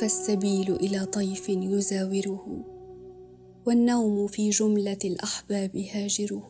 فالسبيل إلى طيف يزاوره، والنوم في جملة الأحباب هاجره.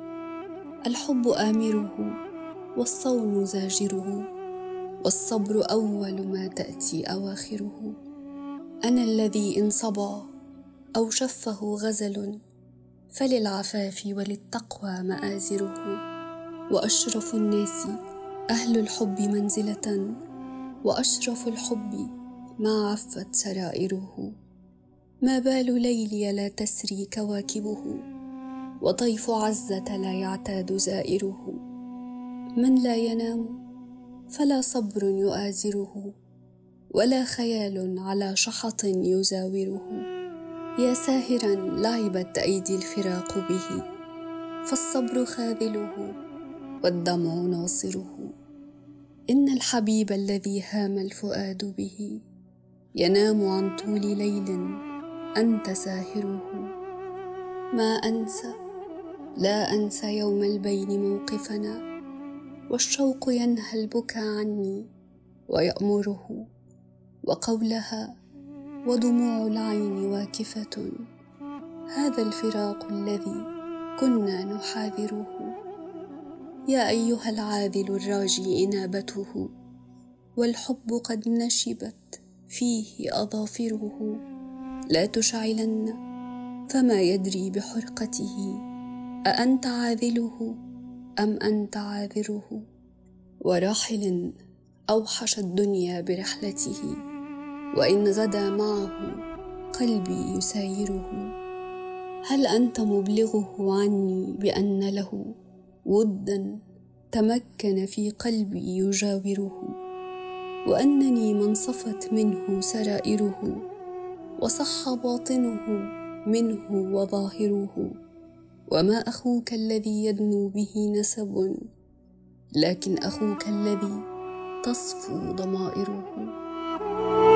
الحب آمره والصون زاجره، والصبر أول ما تأتي أواخره. أنا الذي إن صبا أو شفه غزل، فللعفاف وللتقوى مآزره. وأشرف الناس أهل الحب منزلة، وأشرف الحب ما عفت سرائره. ما بال ليلي لا تسري كواكبه، وطيف عزة لا يعتاد زائره. من لا ينام فلا صبر يؤازره، ولا خيال على شحط يزاوره. يا ساهرا لعبت أيدي الفراق به، فالصبر خاذله والدمع ناصره. إن الحبيب الذي هام الفؤاد به، ينام عن طول ليل أنت ساهره. ما أنسى، لا أنسى يوم البين موقفنا، والشوق ينهى البكا عني ويأمره. وقولها ودموع العين واكفة، هذا الفراق الذي كنا نحاذره. يا أيها العاذل الراجي إنابته، والحب قد نشبت فيه أظافره. لا تشعلن فما يدري بحرقته، أأنت عاذله أم أنت عاذره. وراحل أوحش الدنيا برحلته، وإن غدا معه قلبي يسايره. هل أنت مبلغه عني بأن له ودا تمكن في قلبي يجاوره، وأنني من صفت منه سرائره، وصح باطنه منه وظاهره. وما أخوك الذي يدنو به نسب، لكن أخوك الذي تصفو ضمائره.